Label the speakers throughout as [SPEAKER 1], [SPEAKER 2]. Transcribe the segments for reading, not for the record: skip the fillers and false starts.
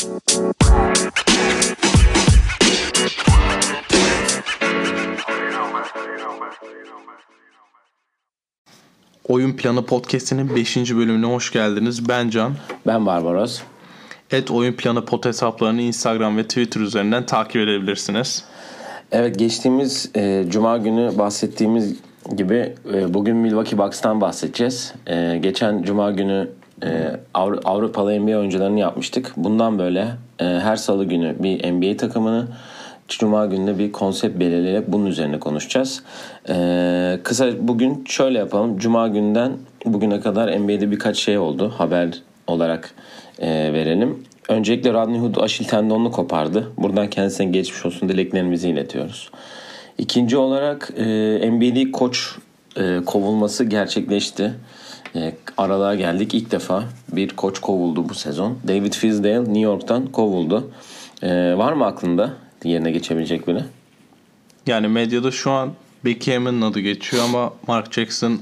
[SPEAKER 1] Oyun Planı Podcast'inin 5. bölümüne hoş geldiniz. Ben Can.
[SPEAKER 2] Ben Barbaros.
[SPEAKER 1] Oyun Planı Pod hesaplarını Instagram ve Twitter üzerinden takip edebilirsiniz.
[SPEAKER 2] Evet, geçtiğimiz Cuma günü bahsettiğimiz gibi bugün Milwaukee Bucks'tan bahsedeceğiz. Geçen Cuma günü Avrupalı NBA oyuncularını yapmıştık. Bundan böyle her salı günü bir NBA takımını, Cuma gününe bir konsept belirleyerek bunun üzerine konuşacağız. Kısa bugün şöyle yapalım. Cuma günden bugüne kadar NBA'de birkaç şey oldu. Haber olarak verelim. Öncelikle Rodney Hood Aşil tendonunu kopardı. Buradan kendisine geçmiş olsun dileklerimizi iletiyoruz. İkinci olarak NBA'de koç kovulması gerçekleşti. Aralığa geldik. İlk defa bir koç kovuldu bu sezon. David Fizdale New York'tan kovuldu. Var mı aklında yerine geçebilecek biri?
[SPEAKER 1] Yani medyada şu an Becky Hammon'ın adı geçiyor ama Mark Jackson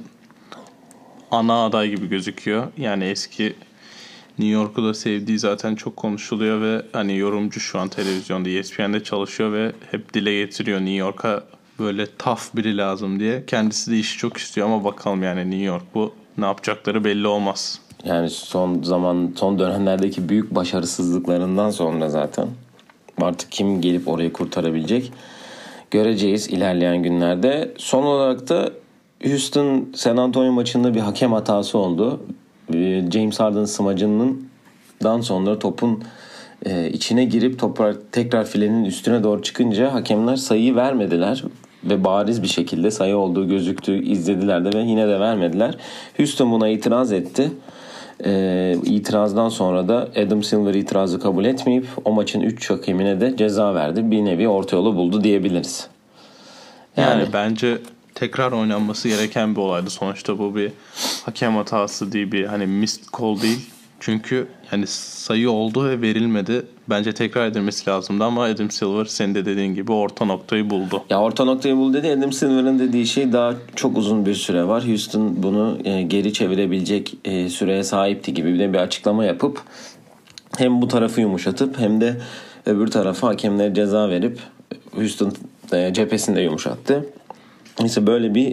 [SPEAKER 1] ana aday gibi gözüküyor. Yani eski New York'u da sevdiği zaten çok konuşuluyor ve hani yorumcu şu an televizyonda ESPN'de çalışıyor ve hep dile getiriyor New York'a böyle tough biri lazım diye. Kendisi de işi çok istiyor ama bakalım yani New York bu ne yapacakları belli olmaz.
[SPEAKER 2] Yani son dönemlerdeki büyük başarısızlıklarından sonra zaten artık kim gelip orayı kurtarabilecek göreceğiz ilerleyen günlerde. Son olarak da Houston San Antonio maçında bir hakem hatası oldu. James Harden smacından sonra topun içine girip toplar tekrar filenin üstüne doğru çıkınca hakemler sayıyı vermediler ve bariz bir şekilde sayı olduğu gözüktü, izlediler de ve yine de vermediler. Houston buna itiraz etti. İtirazdan sonra da Adam Silver itirazı kabul etmeyip o maçın 3 hakemine de ceza verdi. Bir nevi orta yolu buldu diyebiliriz.
[SPEAKER 1] Yani bence tekrar oynanması gereken bir olaydı. Sonuçta bu bir hakem hatası değil, bir hani missed call değil. Çünkü yani sayı oldu ve verilmedi. Bence tekrar edilmesi lazımdı ama Adam Silver senin de dediğin gibi orta noktayı buldu.
[SPEAKER 2] Ya orta noktayı buldu dedi. Adam Silver'ın dediği şey daha çok uzun bir süre var. Houston bunu geri çevirebilecek süreye sahipti gibi bir açıklama yapıp hem bu tarafı yumuşatıp hem de öbür tarafa hakemlere ceza verip Houston cephesini de yumuşattı. Neyse böyle bir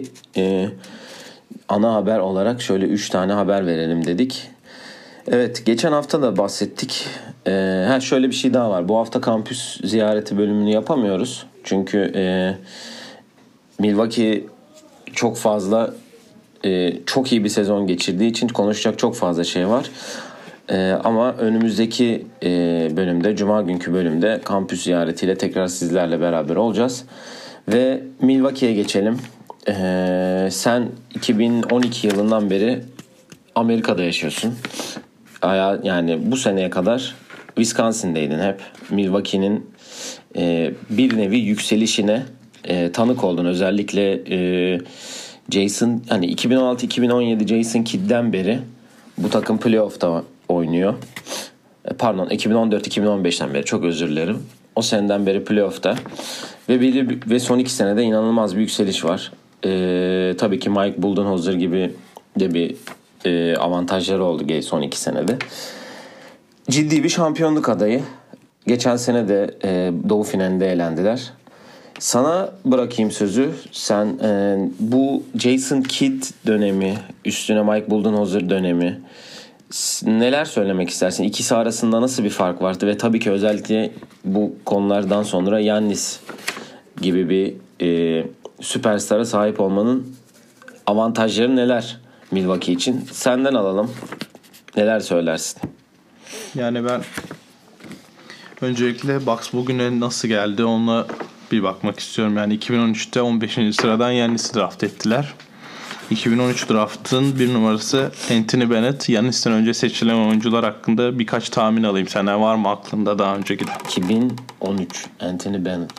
[SPEAKER 2] ana haber olarak şöyle 3 tane haber verelim dedik. Evet, geçen hafta da bahsettik. Şöyle bir şey daha var. Bu hafta kampüs ziyareti bölümünü yapamıyoruz. Çünkü Milwaukee çok fazla çok iyi bir sezon geçirdiği için konuşacak çok fazla şey var. Ama önümüzdeki bölümde, Cuma günkü bölümde kampüs ziyaretiyle tekrar sizlerle beraber olacağız. Ve Milwaukee'ye geçelim. Sen 2012 yılından beri Amerika'da yaşıyorsun. Yani bu seneye kadar Wisconsin'deydin hep. Milwaukee'nin bir nevi yükselişine tanık oldun. Özellikle Jason, hani 2016-2017 Jason Kidd'den beri bu takım playoff'ta oynuyor. 2014-2015'ten beri, çok özür dilerim. O seneden beri playoff'ta ve son 2 senede inanılmaz bir yükseliş var. Tabii ki Mike Budenholzer gibi de bir avantajları oldu son 2 senede. Ciddi bir şampiyonluk adayı. Geçen sene de Doğu finalinde elendiler. Sana bırakayım sözü. Sen bu Jason Kidd dönemi, üstüne Mike Budenholzer dönemi, neler söylemek istersin? İkisi arasında nasıl bir fark vardı? Ve tabii ki özellikle bu konulardan sonra Giannis gibi bir süperstara sahip olmanın avantajları neler Milwaukee için? Senden alalım. Neler söylersin?
[SPEAKER 1] Yani ben öncelikle Bucks bugüne nasıl geldi ona bir bakmak istiyorum. Yani 2013'te 15. sıradan Giannis'i draft ettiler. 2013 draft'ın bir numarası Anthony Bennett. Giannis'ten önce seçilen oyuncular hakkında birkaç tahmin alayım. Senden var mı aklında daha önceki?
[SPEAKER 2] 2013 Anthony Bennett.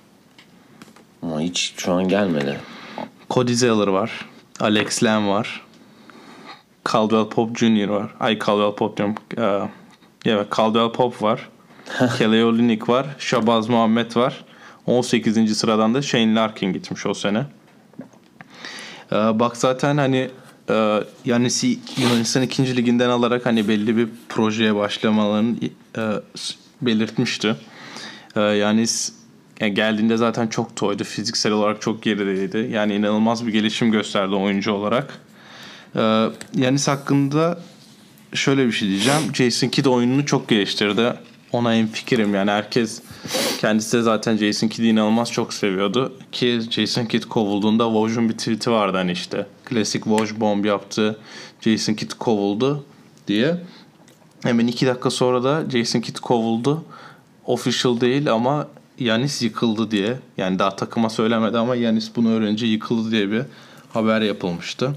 [SPEAKER 2] Ama hiç şu an gelmedi.
[SPEAKER 1] Cody Zeller var. Alex Len var. Caldwell Pope Jr. var. Caldwell Pope diyorum. Evet, Caldwell Pope var. Kelly Olynyk var. Shabazz Muhammad var. 18. sıradan da Shane Larkin gitmiş o sene. Bak zaten hani Yanis'i Yunanistan 2. liginden alarak hani belli bir projeye başlamalarını belirtmişti. Yanis yani geldiğinde zaten çok toydu. Fiziksel olarak çok gerideydi. Yani inanılmaz bir gelişim gösterdi oyuncu olarak. Yanis hakkında şöyle bir şey diyeceğim. Jason Kidd oyununu çok geliştirdi. Ona hemfikirim yani herkes kendisi de zaten Jason Kidd'i inanılmaz çok seviyordu. Ki Jason Kidd kovulduğunda Woj'un bir tweet'i vardı hani işte. Klasik Woj bomb yaptı. Jason Kidd kovuldu diye. Hemen 2 dakika sonra da Jason Kidd kovuldu. Official değil ama Yanis yıkıldı diye. Yani daha takıma söylemedi ama Yanis bunu öğrenince yıkıldı diye bir haber yapılmıştı.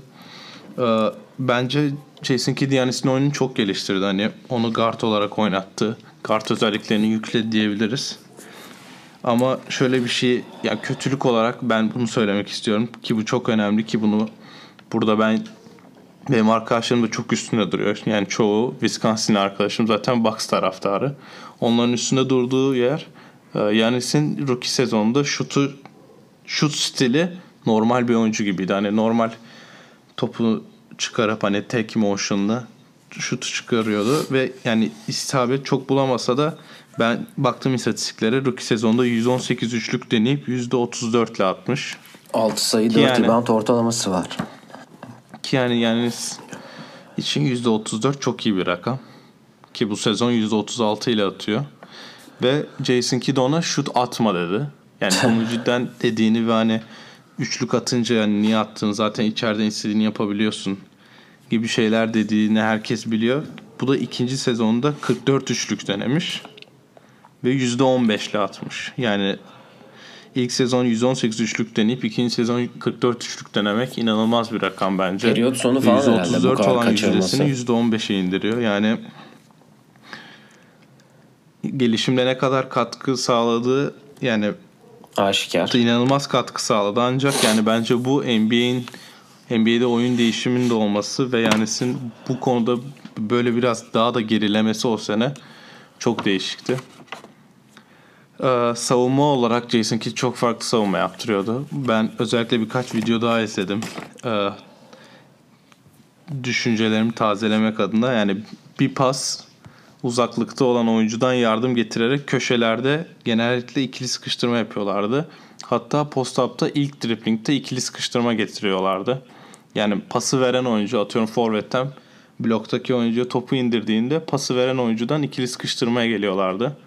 [SPEAKER 1] Bence Jason Kidd Yanis'in oyununu çok geliştirdi. Hani onu guard olarak oynattı. Guard özelliklerini yükledi diyebiliriz. Ama şöyle bir şey, yani kötülük olarak ben bunu söylemek istiyorum ki bu çok önemli ki bunu burada benim arkadaşlarım da çok üstünde duruyor. Yani çoğu Wisconsin arkadaşım zaten Bucks taraftarı. Onların üstünde durduğu yer Yanis'in rookie sezonunda şut stili normal bir oyuncu gibiydi. Hani normal topu çıkarıp hani tek motion'la şutu çıkarıyordu ve yani isabet çok bulamasa da ben baktım istatistiklere rookie sezonda 118 üçlük deneyip %34 ile atmış.
[SPEAKER 2] 6 sayı 4
[SPEAKER 1] yani,
[SPEAKER 2] rebound ortalaması var.
[SPEAKER 1] Ki yani Yanis için %34 çok iyi bir rakam. Ki bu sezon %36 ile atıyor. Ve Jason Kidd ona şut atma dedi. Yani bunu cidden dediğini ve hani üçlük atınca yani niye attığını zaten içeriden istediğini yapabiliyorsun gibi şeyler dediğini herkes biliyor. Bu da ikinci sezonda 44 üçlük denemiş ve %15 ile atmış. Yani ilk sezon 118 üçlük deneyip ikinci sezon 44 üçlük denemek inanılmaz bir rakam bence.
[SPEAKER 2] Periyot sonu falan herhalde bu kadar
[SPEAKER 1] olan
[SPEAKER 2] kaçırması.
[SPEAKER 1] yüzdesini %15'e indiriyor. Yani gelişimde ne kadar katkı sağladığı yani
[SPEAKER 2] aşikar.
[SPEAKER 1] İnanılmaz katkı sağladı ancak yani bence bu NBA'de oyun değişiminin de olması ve Yanis'in bu konuda böyle biraz daha da gerilemesi o sene çok değişikti. Savunma olarak Jason Kidd çok farklı savunma yaptırıyordu. Ben özellikle birkaç video daha izledim. Düşüncelerimi tazelemek adına yani bir pas uzaklıkta olan oyuncudan yardım getirerek köşelerde genellikle ikili sıkıştırma yapıyorlardı. Hatta post-up'ta ilk dripling'de ikili sıkıştırma getiriyorlardı. Yani pası veren oyuncu atıyorum forvetten bloktaki oyuncuya topu indirdiğinde pası veren oyuncudan ikili sıkıştırmaya geliyorlardı.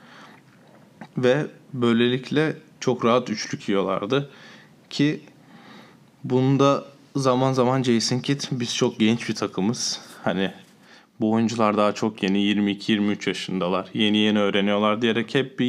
[SPEAKER 1] Ve böylelikle çok rahat üçlük yiyorlardı. Ki bunda zaman zaman Jason Kidd biz çok genç bir takımız. Hani bu oyuncular daha çok yeni 22-23 yaşındalar. Yeni öğreniyorlar diyerek hep bir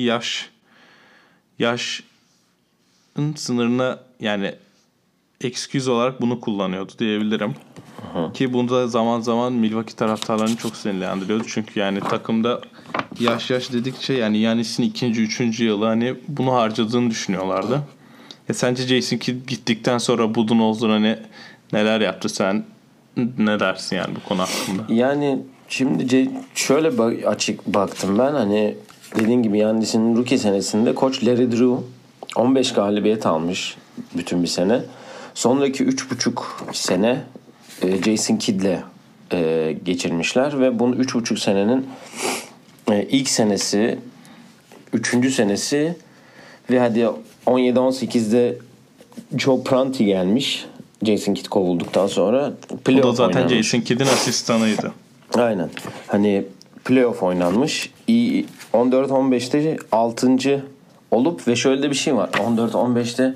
[SPEAKER 1] yaşın sınırına yani excuse olarak bunu kullanıyordu diyebilirim. Aha. Ki bunda zaman zaman Milwaukee taraftarlarını çok sinirlendiriyordu. Çünkü yani takımda yaş dedikçe yani Yanis'in 2. 3. yılı hani bunu harcadığını düşünüyorlardı. Sence Jason Kidd gittikten sonra Budenholzer hani neler yaptı, sen ne dersin yani bu konu hakkında?
[SPEAKER 2] Yani şimdi şöyle açık baktım ben hani dediğin gibi Yanis'in rookie senesinde koç Larry Drew 15 galibiyet almış bütün bir sene. Sonraki 3,5 sene Jason Kidd'le geçirmişler ve bunun 3,5 senenin ilk senesi 3. senesi ve hadi 17-18'de Joe Prunty gelmiş. Jason Kidd kovulduktan sonra
[SPEAKER 1] playoff o da zaten oynanmış. Jason Kidd'in asistanıydı.
[SPEAKER 2] Aynen. Hani playoff oynanmış. 14-15'te 6. olup ve şöyle de bir şey var. 14-15'te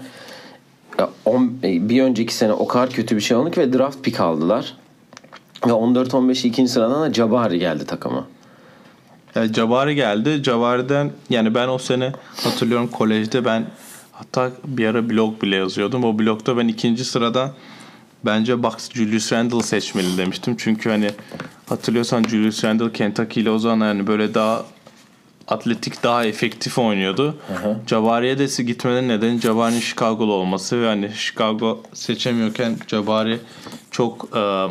[SPEAKER 2] bir önceki sene o kadar kötü bir şey oldu ki ve draft pick aldılar. Ve 14-15 ikinci sıradan da Jabari geldi takıma.
[SPEAKER 1] Yani Jabari geldi. Jabari'den yani ben o sene hatırlıyorum kolejde ben hatta bir ara blog bile yazıyordum. O blogda ben ikinci sıradan bence Bucks Julius Randle seçmeli demiştim. Çünkü hani hatırlıyorsan Julius Randle Kentucky ile o zaman hani böyle daha atletik, daha efektif oynuyordu. Jabari'ye de gitmenin nedeni Jabari'nin Chicago'lu olması ve hani Chicago seçemiyorken Jabari çok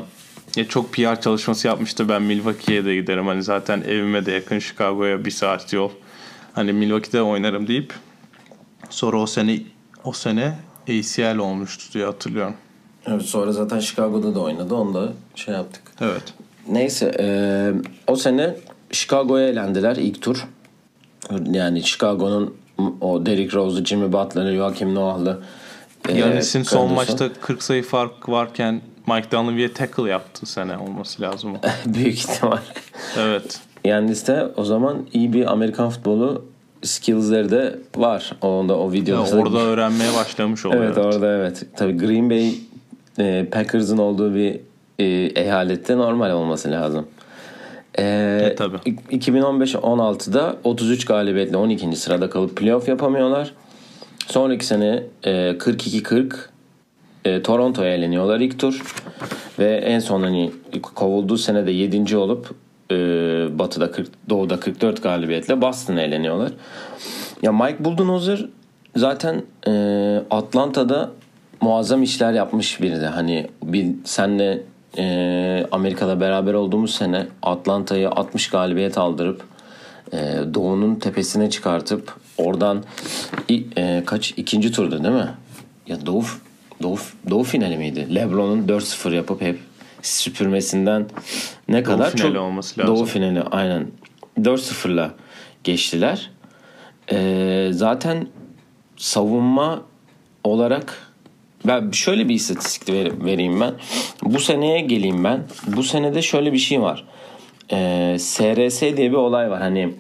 [SPEAKER 1] PR çalışması yapmıştı. Ben Milwaukee'ye de giderim. Hani zaten evime de yakın, Chicago'ya 1 saat yol. Hani Milwaukee'de oynarım deyip sonra o sene ACL olmuştu diye hatırlıyorum.
[SPEAKER 2] Evet, sonra zaten Chicago'da da oynadı. Onu da şey yaptık.
[SPEAKER 1] Evet.
[SPEAKER 2] Neyse o sene Chicago'ya elendiler ilk tur. Yani Chicago'nun o Derrick Rose'lu, Jimmy Butler'lı, Joakim Noah'lı
[SPEAKER 1] Giannis'in son
[SPEAKER 2] kadrosu.
[SPEAKER 1] maçta 40 sayı fark varken Mike Dunleavy'ye tackle yaptı sene olması lazım.
[SPEAKER 2] Büyük ihtimal.
[SPEAKER 1] Evet.
[SPEAKER 2] Giannis de o zaman iyi bir Amerikan futbolu skills'leri de var. Onda o videoda.
[SPEAKER 1] Orada öğrenmeye başlamış oluyor.
[SPEAKER 2] Evet, orada evet. Tabii Green Bay Packers'ın olduğu bir eyalette normal olması lazım.
[SPEAKER 1] Tabii.
[SPEAKER 2] 2015-16'da 33 galibiyetle 12. sırada kalıp playoff yapamıyorlar. Sonraki sene 42-40 Toronto'ya eleniyorlar ilk tur. Ve en son hani kovulduğu senede 7. olup Batı'da Doğu'da 44 galibiyetle Boston'a eleniyorlar. Ya Mike Budenholzer zaten Atlanta'da muazzam işler yapmış biri de. Hani senle Amerika'da beraber olduğumuz sene Atlanta'yı 60 galibiyet aldırıp Doğu'nun tepesine çıkartıp oradan ikinci turda değil mi? Ya Doğu finali miydi? LeBron'un 4-0 yapıp hep süpürmesinden ne
[SPEAKER 1] Doğu
[SPEAKER 2] kadar
[SPEAKER 1] finali
[SPEAKER 2] çok
[SPEAKER 1] olması lazım.
[SPEAKER 2] Doğu finali aynen 4-0'la geçtiler. Zaten savunma olarak ben şöyle bir istatistik vereyim ben. Bu seneye geleyim ben. Bu senede şöyle bir şey var. SRS diye bir olay var. Hani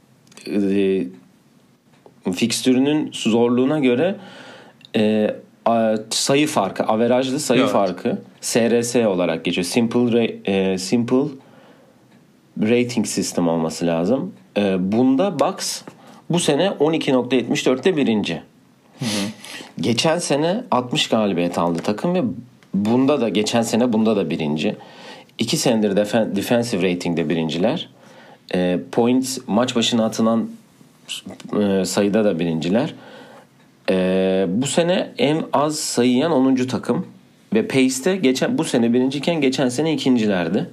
[SPEAKER 2] fikstürünün zorluğuna göre sayı farkı, averajlı sayı farkı SRS olarak geçiyor. Simple Rating System olması lazım. Bunda Bucks bu sene 12.74'te birinci. Geçen sene 60 galibiyet aldı takım ve geçen sene bunda da birinci. 2 senedir defensive rating'de birinciler. Points maç başına atılan sayıda da birinciler. Bu sene en az sayı yiyen 10. takım ve pace'te bu sene birinciyken geçen sene ikincilerdi.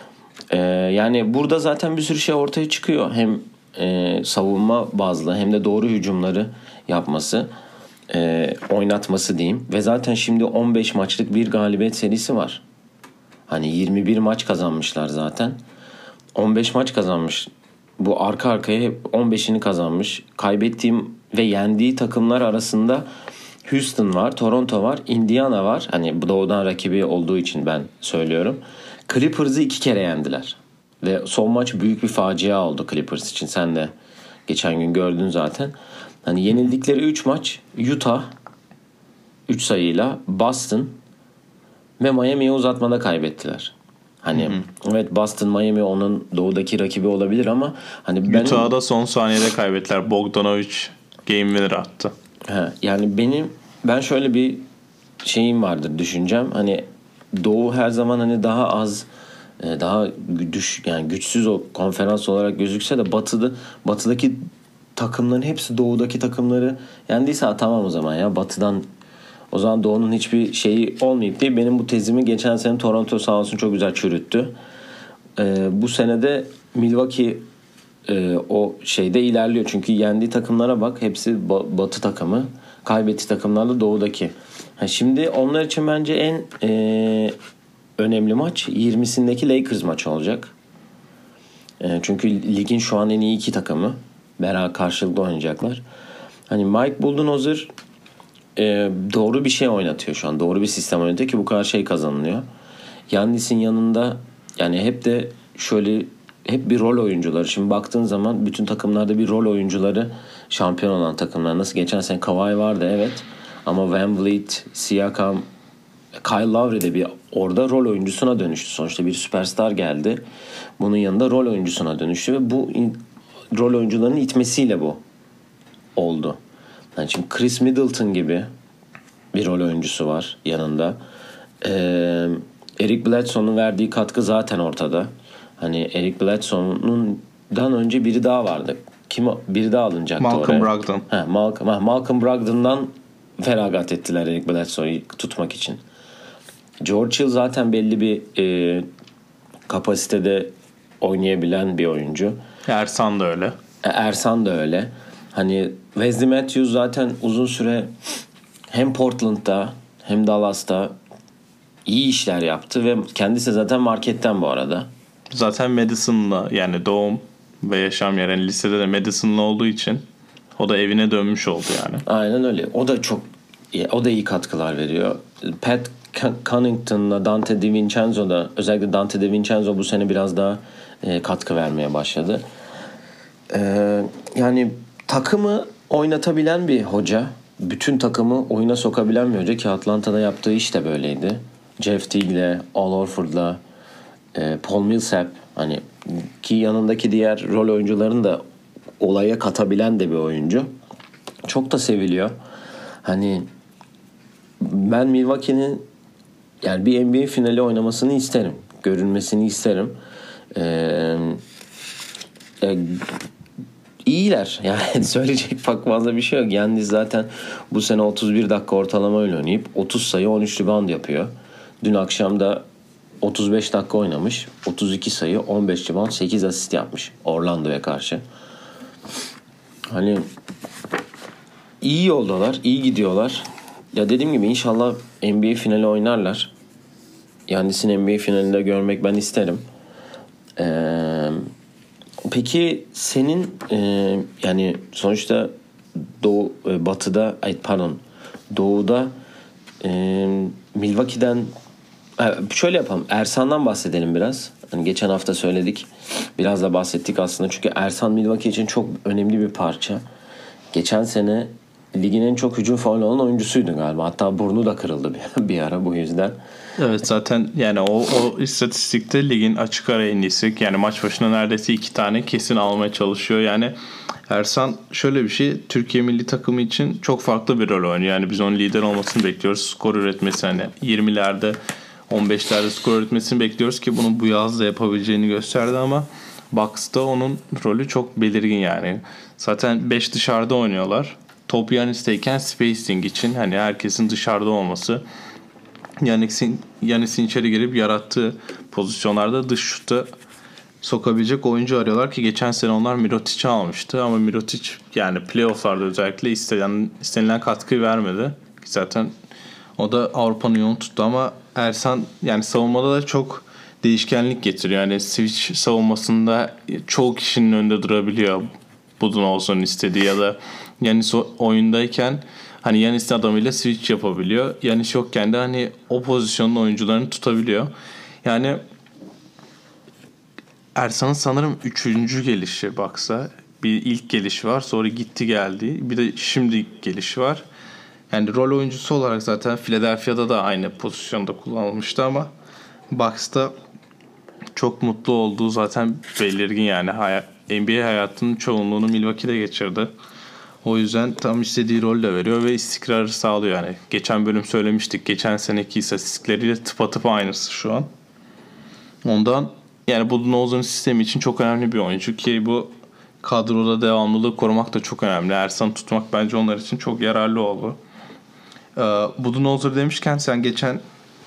[SPEAKER 2] Yani burada zaten bir sürü şey ortaya çıkıyor. Hem savunma bazlı hem de doğru hücumları yapması, oynatması diyeyim. Ve zaten şimdi 15 maçlık bir galibiyet serisi var. Hani 21 maç kazanmışlar zaten. 15 maç kazanmış. Bu arka arkaya hep 15'ini kazanmış. Kaybettiğim ve yendiği takımlar arasında Houston var, Toronto var, Indiana var. Hani bu doğudan rakibi olduğu için ben söylüyorum. Clippers'ı 2 kere yendiler. Ve son maç büyük bir facia oldu Clippers için. Sen de geçen gün gördün zaten. Hani yenildikleri 3 maç Utah 3 sayıyla, Boston ve Miami'ye uzatmada kaybettiler. Hani evet, Boston, Miami onun doğudaki rakibi olabilir ama hani
[SPEAKER 1] Utah'da son saniyede kaybettiler. Bogdanovic game winner attı.
[SPEAKER 2] Yani ben şöyle bir şeyim vardır, düşüncem. Hani Doğu her zaman hani daha az daha yani güçsüz o konferans olarak gözükse de batıdaki takımların hepsi doğudaki takımları yendiyse tamam o zaman ya batıdan o zaman Doğu'nun hiçbir şeyi olmayıp diye benim bu tezimi geçen sene Toronto sağ olsun çok güzel çürüttü. Bu senede Milwaukee o şeyde ilerliyor. Çünkü yendiği takımlara bak, hepsi batı takımı. Kaybettiği takımlar da doğudaki. Şimdi onlar için bence en önemli maç 20'sindeki Lakers maçı olacak. Çünkü ligin şu an en iyi iki takımı beraber karşılıklı oynayacaklar. Hani Mike Budenholzer doğru bir şey oynatıyor şu an. Doğru bir sistem oynatıyor ki bu kadar şey kazanılıyor. Giannis'in yanında yani hep bir rol oyuncuları. Şimdi baktığın zaman bütün takımlarda bir rol oyuncuları şampiyon olan takımlar. Nasıl geçen sene Kawhi vardı evet. Ama Van Vliet, Siakam, Kyle Lowry de bir orada rol oyuncusuna dönüştü. Sonuçta bir süperstar geldi. Bunun yanında rol oyuncusuna dönüştü ve bu rol oyuncularının itmesiyle bu oldu. Yani şimdi Chris Middleton gibi bir rol oyuncusu var yanında. Eric Bledsoe'nun verdiği katkı zaten ortada. Hani Eric Bledsoe'ndan önce biri daha vardı. Biri daha alınacaktı
[SPEAKER 1] Malcolm
[SPEAKER 2] oraya.
[SPEAKER 1] Brogdon.
[SPEAKER 2] Malcolm Brogdon'dan feragat ettiler Eric Bledsoe'yu tutmak için. George Hill zaten belli bir kapasitede oynayabilen bir oyuncu.
[SPEAKER 1] Ersan da öyle.
[SPEAKER 2] Ersan da öyle. Hani Wesley Matthews zaten uzun süre hem Portland'da hem Dallas'ta iyi işler yaptı ve kendisi zaten marketten bu arada.
[SPEAKER 1] Zaten Madison'la yani doğum ve yaşam yeri yani lisede de Madison'la olduğu için o da evine dönmüş oldu yani.
[SPEAKER 2] Aynen öyle. O da iyi katkılar veriyor. Pat Connaughton'la Dante DiVincenzo da, özellikle Dante DiVincenzo bu sene biraz daha katkı vermeye başladı. Yani takımı oynatabilen bir hoca. Bütün takımı oyuna sokabilen bir hoca ki Atlanta'da yaptığı iş de böyleydi. Jeff Teague'le, Al Horford'la, Paul Millsap, hani ki yanındaki diğer rol oyuncularını da olaya katabilen de bir oyuncu. Çok da seviliyor. Hani ben Milwaukee'nin yani bir NBA finali oynamasını isterim. Görünmesini isterim. İyiler. Yani söyleyecek pek fazla bir şey yok. Giannis zaten bu sene 31 dakika ortalamayla oynayıp 30 sayı 13 rebound yapıyor. Dün akşam da 35 dakika oynamış. 32 sayı 15 rebound 8 asist yapmış Orlando'ya karşı. Hani iyi yoldalar, iyi gidiyorlar. Ya dediğim gibi inşallah NBA finali oynarlar. Giannis'in NBA finalinde görmek ben isterim. Peki senin yani sonuçta Doğu'da Milwaukee'den şöyle yapalım. Ersan'dan bahsedelim biraz. Hani geçen hafta söyledik. Biraz da bahsettik aslında. Çünkü Ersan Milwaukee için çok önemli bir parça. Geçen sene ligin en çok hücum faulü olan oyuncusuydu galiba. Hatta burnu da kırıldı bir ara bu yüzden.
[SPEAKER 1] Evet zaten yani o istatistikte ligin açık ara en iyisi. Yani maç başına neredeyse 2 tane kesin almaya çalışıyor. Yani Ersan şöyle bir şey, Türkiye milli takımı için çok farklı bir rol oynuyor. Yani biz onun lider olmasını bekliyoruz. Skor üretmesi hani 20'lerde 15'lerde skor üretmesini bekliyoruz ki bunu bu yaz da yapabileceğini gösterdi ama Bucks'ta onun rolü çok belirgin yani. Zaten 5 dışarıda oynuyorlar. Top Giannis'teyken spacing için hani herkesin dışarıda olması. Giannis'in içeri girip yarattığı pozisyonlarda dış şuta sokabilecek oyuncu arıyorlar ki geçen sene onlar Mirotic'i almıştı ama Mirotic yani playoff'larda özellikle istenilen katkıyı vermedi. Zaten o da Avrupa'nın yolunu tuttu ama Ersan yani savunmada da çok değişkenlik getiriyor. Yani switch savunmasında çoğu kişinin önünde durabiliyor. Budenholzer'ın istediği ya da Giannis oyundayken hani Giannis'in adamıyla switch yapabiliyor. Giannis yokken de hani o pozisyonun oyuncularını tutabiliyor. Yani Ersan'ın sanırım 3. gelişi baksa. Bir ilk gelişi var. Sonra gitti geldi. Bir de şimdi gelişi var. Yani rol oyuncusu olarak zaten Philadelphia'da da aynı pozisyonda kullanılmıştı ama Bucks'ta çok mutlu olduğu zaten belirgin yani. NBA hayatının çoğunluğunu Milwaukee'de geçirdi. O yüzden tam istediği rol de veriyor ve istikrarı sağlıyor yani. Geçen bölüm söylemiştik. Geçen seneki istatistikleriyle tıpatıp aynısı şu an. Ondan yani Budenholzer'ın sistemi için çok önemli bir oyuncu ki bu kadroda devamlılığı korumak da çok önemli. Ersan'ı tutmak bence onlar için çok yararlı oldu. Budenholzer demişken sen geçen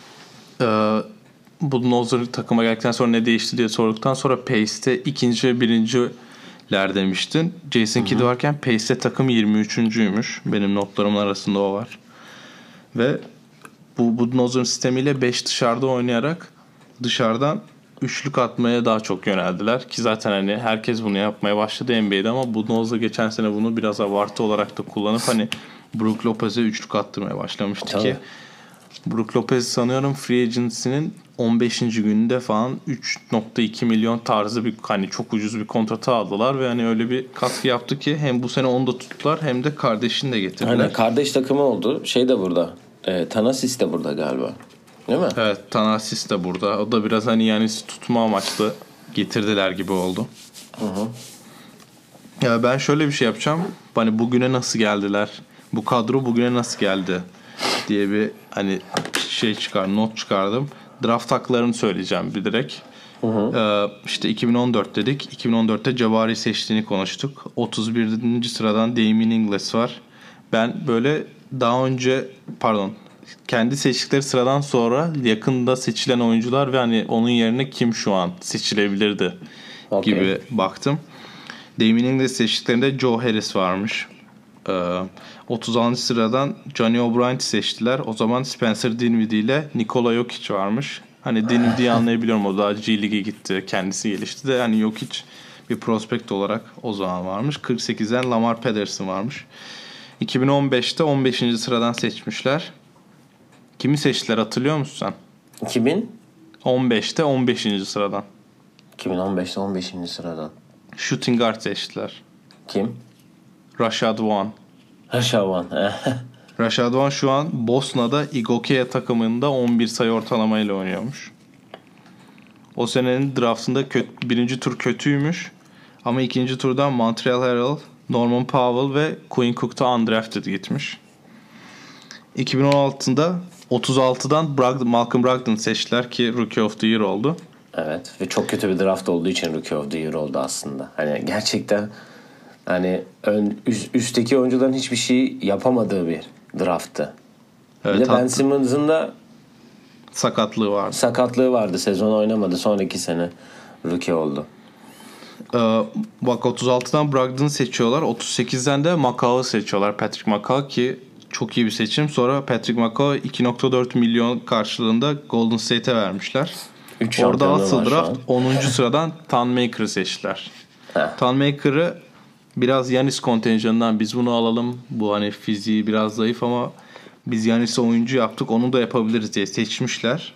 [SPEAKER 1] Budenholzer takıma geldikten sonra ne değişti diye sorduktan sonra Pace'te ikinci ve birinciler demiştin. Jason Kidd varken Pace'te takım 23.'üymüş. Benim notlarımın arasında o var. Ve bu Budenholzer'ın sistemiyle 5 dışarıda oynayarak dışarıdan üçlük atmaya daha çok yöneldiler. Ki zaten hani herkes bunu yapmaya başladı NBA'de ama Budenholzer geçen sene bunu biraz abartı olarak da kullanıp hani Brook Lopez'e üçlük attırmaya başlamıştı. Tabii. Ki Brook Lopez sanıyorum free agency'nin 15. gününde falan 3.2 milyon tarzı bir hani çok ucuz bir kontratı aldılar ve hani öyle bir katkı yaptı ki hem bu sene onu da tuttular hem de kardeşini de getirdiler.
[SPEAKER 2] Aynen, kardeş takımı oldu. Şey de burada. Thanasis de burada galiba. Değil mi?
[SPEAKER 1] Evet, Thanasis de burada. O da biraz hani yani tutma amaçlı getirdiler gibi oldu. Hı. Ya ben şöyle bir şey yapacağım. Hani bugüne nasıl geldiler? Bu kadro bugüne nasıl geldi diye bir hani not çıkardım. Draft haklarını söyleyeceğim bir direkt. İşte 2014 dedik. 2014'te Jabari seçtiğini konuştuk. 31. sıradan Damian Ingles var. Ben böyle daha önce kendi seçtikleri sıradan sonra yakında seçilen oyuncular ve hani onun yerine kim şu an seçilebilirdi gibi baktım. Damian Ingles seçtiklerinde Joe Harris varmış. 36. sıradan Johnny O'Brien'i seçtiler. O zaman Spencer Dinwiddie ile Nikola Jokic varmış. Hani Dinwiddie'yi anlayabiliyorum, o da G League'e gitti. Kendisi gelişti de hani Jokic bir prospekt olarak o zaman varmış. 48'den Lamar Patterson varmış. 2015'te 15. sıradan seçmişler. Kimi seçtiler hatırlıyor musun sen?
[SPEAKER 2] 2000?
[SPEAKER 1] 15'te 15. sıradan.
[SPEAKER 2] 2015'te 15. sıradan.
[SPEAKER 1] Shooting guard seçtiler.
[SPEAKER 2] Kim?
[SPEAKER 1] Rashad Vaughn.
[SPEAKER 2] Şaban.
[SPEAKER 1] Rashad Vaughn şu an Bosna'da Igokea takımında 11 sayı ortalamayla oynuyormuş. O senenin draftında birinci tur kötüymüş. Ama ikinci turdan Montreal Herald, Norman Powell ve Quinn Cook'ta undrafted gitmiş. 2016'da 36'dan Malcolm Brogdon seçtiler ki Rookie of the Year oldu.
[SPEAKER 2] Evet, ve çok kötü bir draft olduğu için Rookie of the Year oldu aslında. Hani gerçekten hani üstteki oyuncuların hiçbir şey yapamadığı bir drafttı.
[SPEAKER 1] Evet,
[SPEAKER 2] bir de Ben Simmons'ın da sakatlığı vardı. Sezon oynamadı. Sonraki sene rookie oldu.
[SPEAKER 1] Bak 36'dan Brogdon'u seçiyorlar. 38'den de McCaw'ı seçiyorlar. Patrick McCaw ki çok iyi bir seçim. Sonra Patrick McCaw 2.4 milyon karşılığında Golden State'e vermişler. Orada asıl draft 10. sıradan Thon Maker'ı seçtiler. Thon Maker'ı biraz Giannis kontenjanından biz bunu alalım. Bu hani fiziği biraz zayıf ama biz Giannis'i oyuncu yaptık, onu da yapabiliriz diye seçmişler.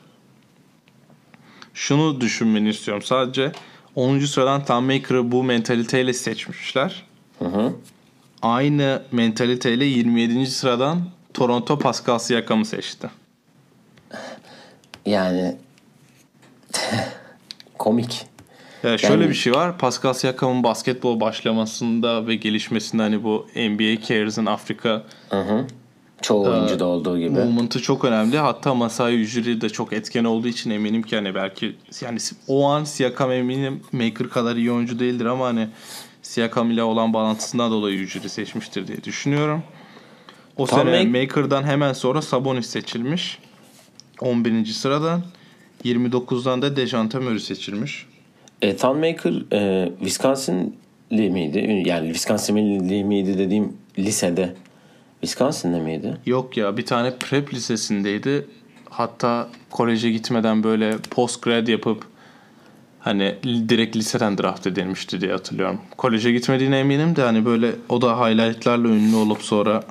[SPEAKER 1] Şunu düşünmeni istiyorum. Sadece 10. sıradan Thon Maker'ı bu mentaliteyle seçmişler.
[SPEAKER 2] Hı.
[SPEAKER 1] Aynı mentaliteyle 27. sıradan Toronto Pascal Siakam'ı seçti.
[SPEAKER 2] Yani komik.
[SPEAKER 1] Ya şöyle bir şey var. Pascal Siakam'ın basketbol başlamasında ve gelişmesinde hani bu NBA Cares'ın Afrika
[SPEAKER 2] çoğu oyuncuda olduğu gibi.
[SPEAKER 1] Movement'ı çok önemli. Hatta Masai Ujiri de çok etken olduğu için eminim ki hani belki yani o an Siakam eminim Maker kadar iyi oyuncu değildir ama hani Siakam ile olan bağlantısından dolayı Ujiri seçmiştir diye düşünüyorum. O sene Maker'dan hemen sonra Sabonis seçilmiş. 11. sıradan. 29'dan da Dejounte Murray seçilmiş.
[SPEAKER 2] Thon Maker Wisconsin'li miydi? Yani Wisconsin'li miydi dediğim lisede. Wisconsin'de miydi?
[SPEAKER 1] Yok ya, bir tane prep lisesindeydi. Hatta koleje gitmeden böyle post grad yapıp hani direkt liseden draft edilmişti diye hatırlıyorum. Koleje gitmediğine eminim de hani böyle o da highlightlarla ünlü olup sonra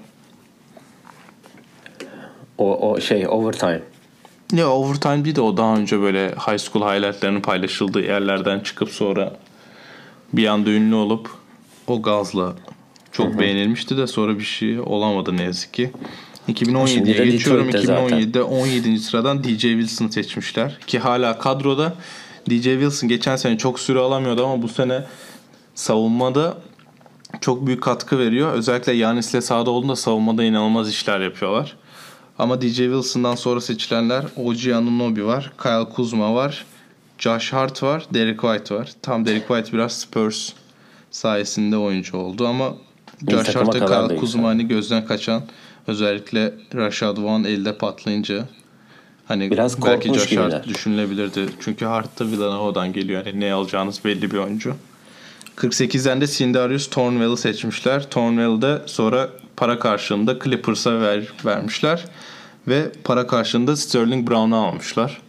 [SPEAKER 2] o şey overtime.
[SPEAKER 1] Ya overtime değil de o daha önce böyle high school highlightlarının paylaşıldığı yerlerden çıkıp sonra bir anda ünlü olup o gazla çok beğenilmişti de sonra bir şey olamadı ne yazık ki. 2017'ye geçiyorum. 2017'de 17. sıradan DJ Wilson'ı seçmişler ki hala kadroda. DJ Wilson geçen sene çok süre alamıyordu ama bu sene savunmada çok büyük katkı veriyor. Özellikle Giannis'le sahada olduğunda savunmada inanılmaz işler yapıyorlar. Ama DJ Wilson'dan sonra seçilenler OG Anunoby var, Kyle Kuzma var, Josh Hart var, Derek White var. Tam Derek White biraz Spurs sayesinde oyuncu oldu ama Josh Hart ve Kyle Kuzma hani gözden kaçan, özellikle Rashad Vaughn elde patlayınca hani
[SPEAKER 2] biraz
[SPEAKER 1] belki Josh Hart düşünülebilirdi. Çünkü Hart da Villanova'dan geliyor. Yani ne alacağınız belli bir oyuncu. 48'den de Sindarius Thornwell'ı seçmişler. Thornwell'ı sonra para karşılığında Clippers'a vermişler. Ve para karşılığında Sterling Brown'u almışlar.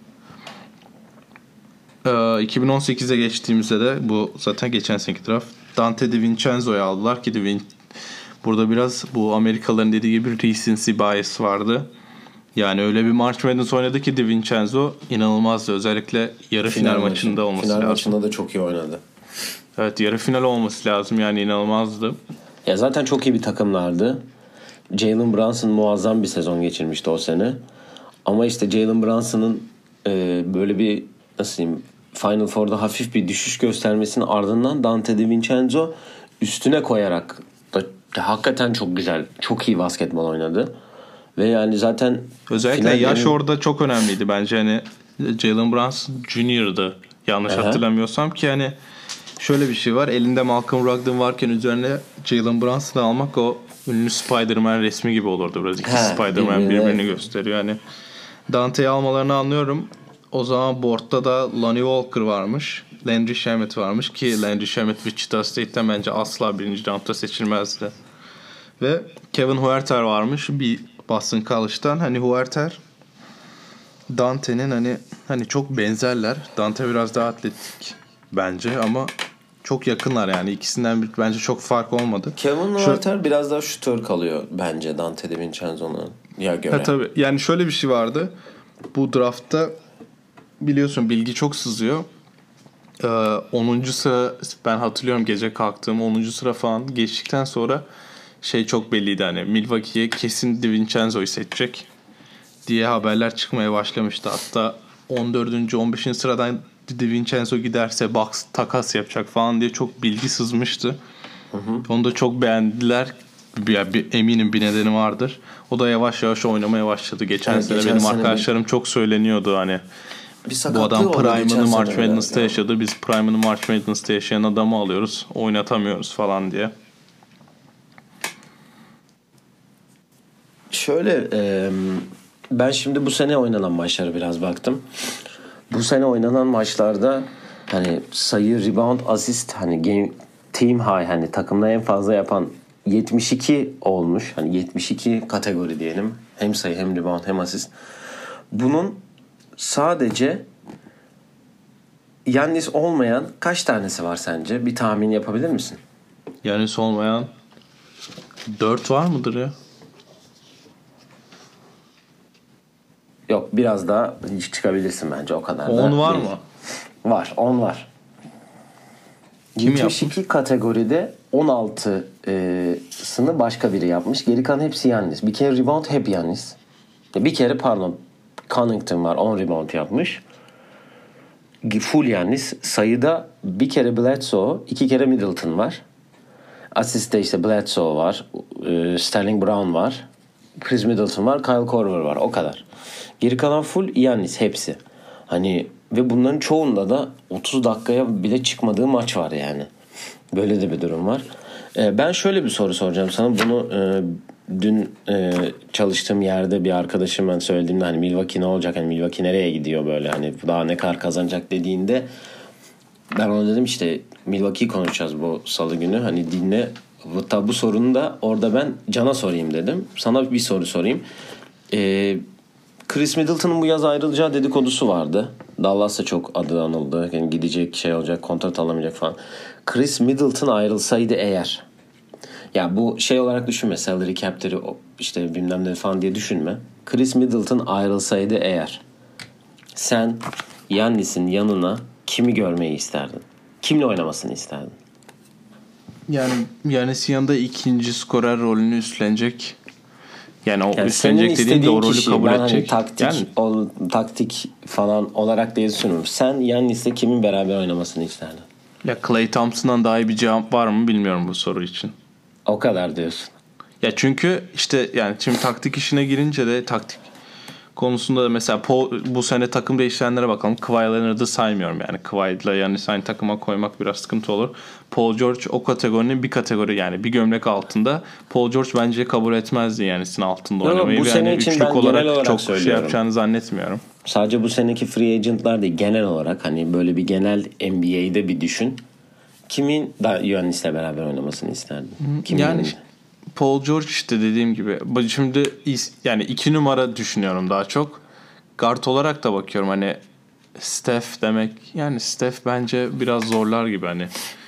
[SPEAKER 1] 2018'e geçtiğimizde de bu zaten geçen seneki draft. Dante DiVincenzo'yu aldılar ki burada biraz bu Amerikalıların dediği gibi recency bias vardı. Yani öyle bir March Madness oynadı ki DiVincenzo inanılmazdı. Özellikle yarı final maçında olması lazım.
[SPEAKER 2] Final maçında da çok iyi oynadı.
[SPEAKER 1] Evet, yarı final olması lazım yani, inanılmazdı.
[SPEAKER 2] Ya zaten çok iyi bir takımlardı. Jalen Brunson muazzam bir sezon geçirmişti o sene. Ama işte Jalen Brunson'ın böyle bir nasıl diyeyim Final Four'da hafif bir düşüş göstermesinin ardından Dante DiVincenzo üstüne koyarak da hakikaten çok güzel, çok iyi basketbol oynadı. Ve yani zaten
[SPEAKER 1] özellikle yaş orada çok önemliydi bence. Hani Jalen Brunson Junior'dı yanlış hatırlamıyorsam ki hani şöyle bir şey var. Elinde Malcolm Brogdon varken üzerine Jalen Brunson'ı almak o ünlü Spider-Man resmi gibi olurdu biraz. İki Spider-Man birbirini gösteriyor. Yani Dante'yi almalarını anlıyorum. O zaman board'da da Lonnie Walker varmış. Landry Shamet varmış ki Landry Shamet Wichita State'ten bence asla birinci roundda seçilmezdi. Ve Kevin Huerter varmış bir Boston College'dan. Hani Huerter Dante'nin hani çok benzerler. Dante biraz daha atletik bence ama çok yakınlar yani. İkisinden bir bence çok fark olmadı.
[SPEAKER 2] Kevin Huerter biraz daha şutör kalıyor bence Dante DiVincenzo'ya göre.
[SPEAKER 1] Tabii. Yani şöyle bir şey vardı. Bu draftta biliyorsun bilgi çok sızıyor. 10. sıra ben hatırlıyorum gece kalktığım 10. sıra falan geçtikten sonra çok belliydi hani Milwaukee'ye kesin DiVincenzo'yu seçecek diye haberler çıkmaya başlamıştı. Hatta 14. 15. sıradan DiVincenzo giderse Bucks takas yapacak falan diye çok bilgi sızmıştı. Onu da çok beğendiler. Eminim bir nedeni vardır. O da yavaş yavaş oynamaya başladı. Geçen sene benim arkadaşlarım çok söyleniyordu hani. Bu adam Prime'ını March Madness'ta yaşadı. Biz Prime'ını March Madness'ta yaşayan adamı alıyoruz. Oynatamıyoruz falan diye.
[SPEAKER 2] Şöyle ben şimdi bu sene oynanan maçlara biraz baktım. Bu sene oynanan maçlarda hani sayı, rebound, asist hani team high hani takımda en fazla yapan 72 olmuş. Hani 72 kategori diyelim. Hem sayı hem rebound hem asist. Bunun sadece Yannis olmayan kaç tanesi var sence? Bir tahmin yapabilir misin?
[SPEAKER 1] Yannis olmayan 4 var mıdır ya?
[SPEAKER 2] Yok biraz daha çıkabilirsin bence o kadar da.
[SPEAKER 1] 10 var
[SPEAKER 2] değil.
[SPEAKER 1] mı?
[SPEAKER 2] Var 10 var.
[SPEAKER 1] Kim
[SPEAKER 2] 72
[SPEAKER 1] yapmış?
[SPEAKER 2] kategoride 16'sını başka biri yapmış. Geri kalan hepsi Yannis. Bir kere rebound hep Yannis. Bir kere Connaughton var 10 rebound yapmış. Full Yannis. Sayıda bir kere Bledsoe, 2 kere Middleton var. Asiste işte Bledsoe var. Sterling Brown var. Chris Middleton var. Kyle Korver var. O kadar. Geri kalan full Yannis hepsi. Hani ve bunların çoğunda da 30 dakikaya bile çıkmadığı maç var yani. Böyle de bir durum var. Ben şöyle bir soru soracağım sana. Bunu dün çalıştığım yerde bir arkadaşım ben söylediğimde hani Milwaukee ne olacak? Hani Milwaukee nereye gidiyor böyle? Hani daha ne kadar kazanacak dediğinde ben ona dedim işte Milwaukee konuşacağız bu salı günü. Hani dinle. Hatta bu sorunu da orada ben Can'a sorayım dedim. Sana bir soru sorayım. Chris Middleton'ın bu yaz ayrılacağı dedikodusu vardı. Dallas'ta çok adı anıldı. Yani gidecek şey olacak, kontrat alamayacak falan. Chris Middleton ayrılsaydı eğer. Ya bu şey olarak düşünme. Salary cap'leri işte bilmem ne falan diye düşünme. Chris Middleton ayrılsaydı eğer. Sen Yannis'in yanına kimi görmeyi isterdin? Kimle oynamasını isterdin?
[SPEAKER 1] Yani Yannis'in yanında ikinci skorer rolünü üstlenecek. Yani o
[SPEAKER 2] Yani
[SPEAKER 1] üstlenecek dediğin de o rolü kabul
[SPEAKER 2] ben
[SPEAKER 1] edecek.
[SPEAKER 2] hani taktik falan olarak değil düşünüyorum. Sen Yannis'le kimin beraber oynamasını isterdin?
[SPEAKER 1] Ya Klay Thompson'dan daha iyi bir cevap var mı bilmiyorum bu soru için.
[SPEAKER 2] O kadar diyorsun.
[SPEAKER 1] Ya çünkü işte yani şimdi taktik işine girince de taktik konusunda da mesela bu sene takım değiştirenlere bakalım. Kawhi Leonard'ı saymıyorum yani. Kawhi'la yani aynı takıma koymak biraz sıkıntı olur. Paul George o kategorinin bir kategori yani bir gömlek altında. Paul George bence kabul etmezdi yani sizin altında oynamayı.
[SPEAKER 2] Bu sene için ben genel olarak
[SPEAKER 1] çok
[SPEAKER 2] söylüyorum.
[SPEAKER 1] şey yapacağını zannetmiyorum.
[SPEAKER 2] Sadece bu seneki free agent'lar değil genel olarak hani böyle bir genel NBA'de bir düşün. Kimin da Yannis'le beraber oynamasını isterdin? Kimin
[SPEAKER 1] Yani
[SPEAKER 2] yanında?
[SPEAKER 1] Paul George işte dediğim gibi. Şimdi yani 2 numara düşünüyorum daha çok. Guard olarak da bakıyorum hani Steph demek yani Steph bence biraz zorlar gibi hani.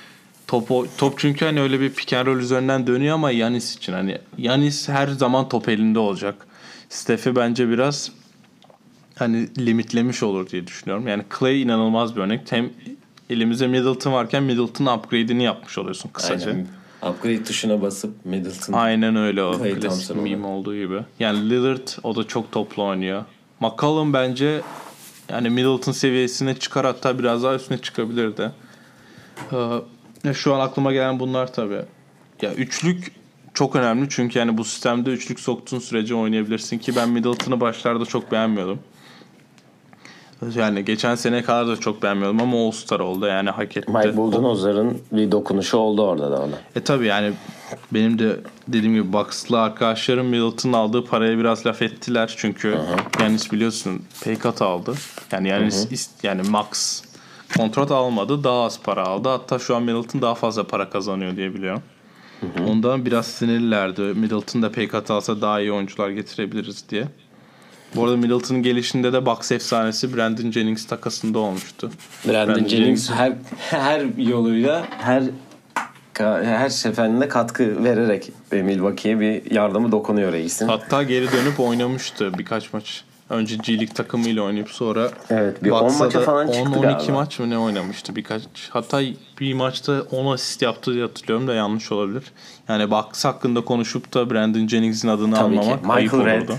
[SPEAKER 1] Top çünkü hani öyle bir pick and roll üzerinden dönüyor ama Giannis için hani Giannis her zaman top elinde olacak. Steph'i bence biraz hani limitlemiş olur diye düşünüyorum. Yani Clay inanılmaz bir örnek. Hem elimizde Middleton varken Middleton'ın upgrade'ini yapmış oluyorsun kısaca.
[SPEAKER 2] Aynen. Upgrade tuşuna basıp Middleton.
[SPEAKER 1] Aynen öyle o.
[SPEAKER 2] Klay
[SPEAKER 1] Klasik
[SPEAKER 2] Thompson
[SPEAKER 1] meme olduğu gibi. Yani Lillard o da çok toplu oynuyor. McCollum bence yani Middleton seviyesine çıkar hatta biraz daha üstüne çıkabilirdi. Şu an aklıma gelen bunlar tabii. Ya üçlük çok önemli çünkü yani bu sistemde üçlük soktuğun sürece oynayabilirsin ki ben Middleton'ı başlarda çok beğenmiyordum. Yani geçen sene kadar da çok beğenmiyordum ama All-Star oldu yani hak etti.
[SPEAKER 2] Mike Budenholzer'ın bir dokunuşu oldu orada da ona.
[SPEAKER 1] Tabii yani benim de dediğim gibi Bucks'lı arkadaşlarım Middleton'ın aldığı paraya biraz laf ettiler çünkü Giannis biliyorsun pay cut aldı. Yani yani max kontrat almadı daha az para aldı. Hatta şu an Middleton daha fazla para kazanıyor diye biliyorum. Ondan biraz sinirlilerdi. Middleton da pek alsa daha iyi oyuncular getirebiliriz diye. Bu arada Middleton'ın gelişinde de Bucks efsanesi Brandon Jennings takasında olmuştu.
[SPEAKER 2] Brandon Jennings her yoluyla her seferinde katkı vererek Milwaukee'ye bir yardımı dokunuyor reisin.
[SPEAKER 1] Hatta geri dönüp oynamıştı birkaç maç. Önce G League takımıyla oynayıp sonra
[SPEAKER 2] evet, bir 10 maça falan çıktı
[SPEAKER 1] 10-12 maç mı ne oynamıştı birkaç. Hatta bir maçta 10 asist yaptı diye hatırlıyorum da yanlış olabilir. Yani Bucks hakkında konuşup da Brandon Jennings'in adını
[SPEAKER 2] tabii
[SPEAKER 1] anlamak
[SPEAKER 2] ki.
[SPEAKER 1] ayıp olurdu.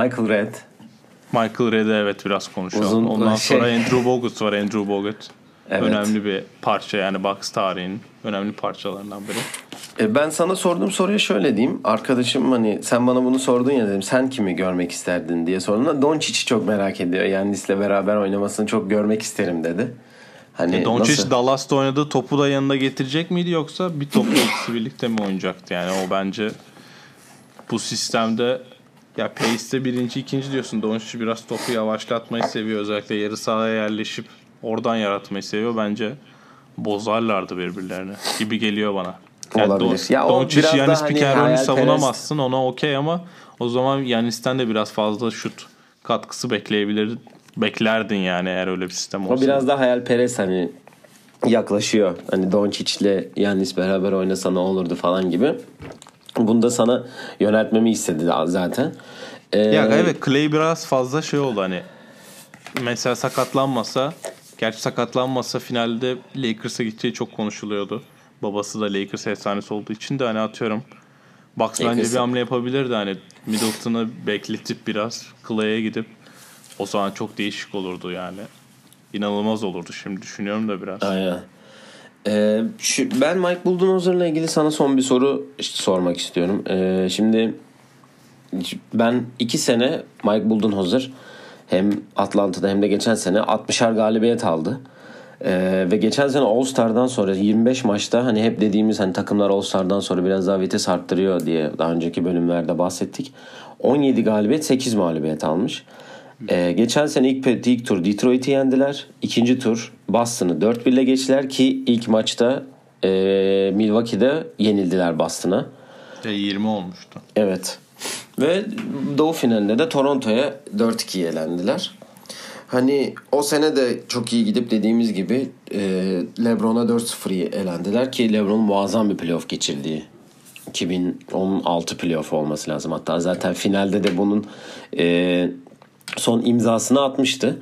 [SPEAKER 2] Michael Redd
[SPEAKER 1] evet biraz konuşalım. Ondan sonra Andrew Bogut var. Andrew Bogut. Evet. Önemli bir parça yani Bucks tarihinin önemli parçalarından biri.
[SPEAKER 2] Ben sana sorduğum soruya şöyle diyeyim. Arkadaşım hani sen bana bunu sordun ya dedim. Sen kimi görmek isterdin diye sorduğumda Doncic'i çok merak ediyor. Yannis'le beraber oynamasını çok görmek isterim dedi. Hani
[SPEAKER 1] Doncic Dallas'ta oynadığı topu da yanında getirecek miydi yoksa bir topla ikisi birlikte mi oynayacaktı? Yani o bence bu sistemde ya pace'te birinci ikinci diyorsun. Doncic biraz topu yavaşlatmayı seviyor. Özellikle yarı sahaya yerleşip oradan yaratmayı seviyor. Bence bozarlardı birbirlerini gibi geliyor bana. Yani
[SPEAKER 2] olabilir. Ya
[SPEAKER 1] Doncic Yannis pick and roll'ü savunamazsın. Ona okey ama o zaman Yannis'ten de biraz fazla şut katkısı beklerdin yani eğer öyle bir sistem olsa.
[SPEAKER 2] O biraz daha hayalperest hani yaklaşıyor. Hani Doncic'le Yannis beraber oynasa ne olurdu falan gibi. Bunu da sana yöneltmemi istedi zaten.
[SPEAKER 1] Ya evet Clay biraz fazla şey oldu hani. Mesela sakatlanmasa finalde Lakers'a gideceği çok konuşuluyordu. Babası da Lakers efsanesi olduğu için de hani atıyorum Bucks bence bir hamle yapabilirdi hani Middleton'ı bekletip biraz Clay'e gidip o zaman çok değişik olurdu yani. İnanılmaz olurdu şimdi düşünüyorum da biraz.
[SPEAKER 2] Aynen. Ben Mike Budenholzer'la ilgili sana son bir soru sormak istiyorum. Şimdi ben 2 sene Mike Budenholzer hem Atlanta'da hem de geçen sene 60'ar galibiyet aldı. Ve geçen sene All-Star'dan sonra 25 maçta hani hep dediğimiz hani takımlar All-Star'dan sonra biraz daha vites arttırıyor diye daha önceki bölümlerde bahsettik. 17 galibiyet 8 mağlubiyet almış. Geçen sene ilk tur Detroit'i yendiler. İkinci tur Boston'ı 4-1 ile geçtiler ki ilk maçta Milwaukee'de yenildiler Boston'a.
[SPEAKER 1] 20 olmuştu.
[SPEAKER 2] Evet. Ve Doğu finalinde de Toronto'ya 4-2 elendiler. Hani o sene de çok iyi gidip dediğimiz gibi LeBron'a 4-0 elendiler ki LeBron muazzam bir playoff geçirdiği 2016 playoff olması lazım. Hatta zaten finalde de bunun son imzasını atmıştı.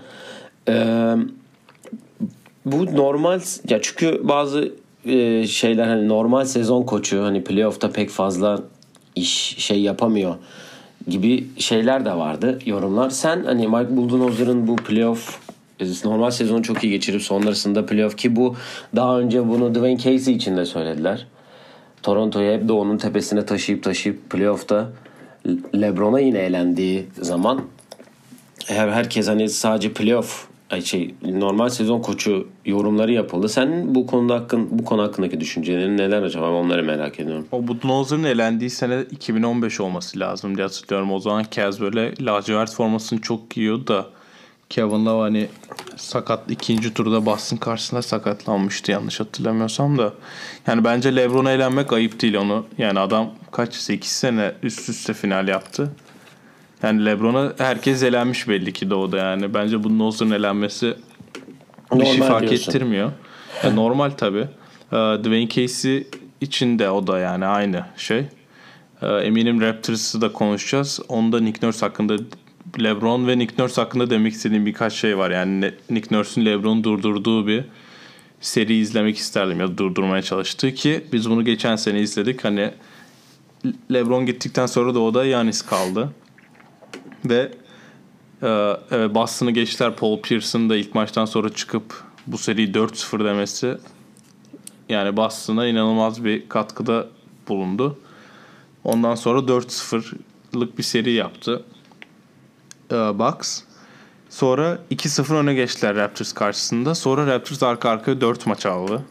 [SPEAKER 2] Bu normal ya çünkü bazı şeyler hani normal sezon koçu hani playoff'ta pek fazla iş yapamıyor gibi şeyler de vardı yorumlar. Sen hani Mike Budenholzer'ın bu playoff normal sezonu çok iyi geçirip sonrasında playoff ki bu daha önce bunu Dwayne Casey için de söylediler. Toronto'yu hep de onun tepesine taşıyıp playoff'ta LeBron'a yine elendiği zaman herkes hani sadece playoff normal sezon koçu yorumları yapıldı. Sen bu konu hakkındaki düşüncelerin neler acaba? Onları merak ediyorum.
[SPEAKER 1] O Budenholzer'ın elendiği sene 2015 olması lazım diye hatırlıyorum. O zaman Cavs böyle lacivert formasını çok giyiyordu da Kevin Love hani ikinci turda Boston karşısında sakatlanmıştı yanlış hatırlamıyorsam da. Yani bence LeBron'a elenmek ayıp değil onu. Yani adam 8 sene üst üste final yaptı. Yani LeBron'a herkes elenmiş belli ki doğuda yani. Bence Budenholzer'ın elenmesi bir şey fark ettirmiyor. Yani normal tabii. Dwayne Casey için de o da yani aynı şey. Eminim Raptors'ı da konuşacağız. Onda Nick Nurse hakkında LeBron ve Nick Nurse hakkında demek istediğim birkaç şey var. Yani Nick Nurse'un LeBron'u durdurduğu bir seri izlemek isterdim ya da durdurmaya çalıştığı ki biz bunu geçen sene izledik. Hani LeBron gittikten sonra da o da Giannis kaldı. Ve Boston'ı geçtiler. Paul Pierce'ın da ilk maçtan sonra çıkıp bu seriyi 4-0 demesi yani Boston'a inanılmaz bir katkıda bulundu. Ondan sonra 4-0'lık bir seri yaptı Bucks. Sonra 2-0 öne geçtiler Raptors karşısında. Sonra Raptors arka arkaya 4 maç aldı.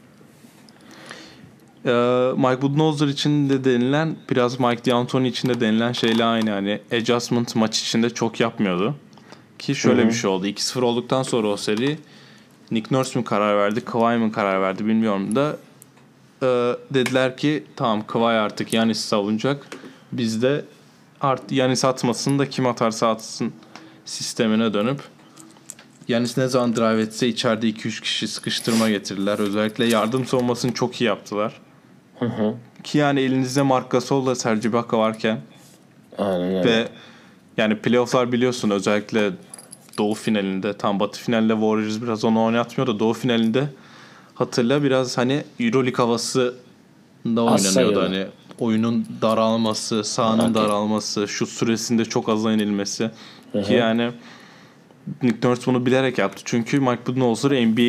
[SPEAKER 1] Mike Budenholzer için de denilen biraz Mike D'Antoni için de denilen şeyle aynı. Hani adjustment maç içinde çok yapmıyordu. Ki şöyle bir şey oldu. 2-0 olduktan sonra o seri Nick Nurse mi karar verdi, Kawhi mi karar verdi bilmiyorum da dediler ki tamam Kawhi artık Giannis savunacak. Biz de Giannis atmasın da kim atarsa atsın sistemine dönüp Giannis ne zaman drive etse içeride 2-3 kişi sıkıştırma getirdiler. Özellikle yardım savunmasını çok iyi yaptılar. Ki yani elinizde Marc Gasol'la Serge Ibaka varken ve yani playoff'lar biliyorsun özellikle Doğu finalinde tam Batı finalinde Warriors biraz onu oynatmıyor da Doğu finalinde hatırla biraz hani EuroLeague havası da oynanıyordu. Hani oyunun daralması, sahanın daralması, şut süresinde çok aza inilmesi. Ki yani Nick Nurse bunu bilerek yaptı. Çünkü Mike Budenholzer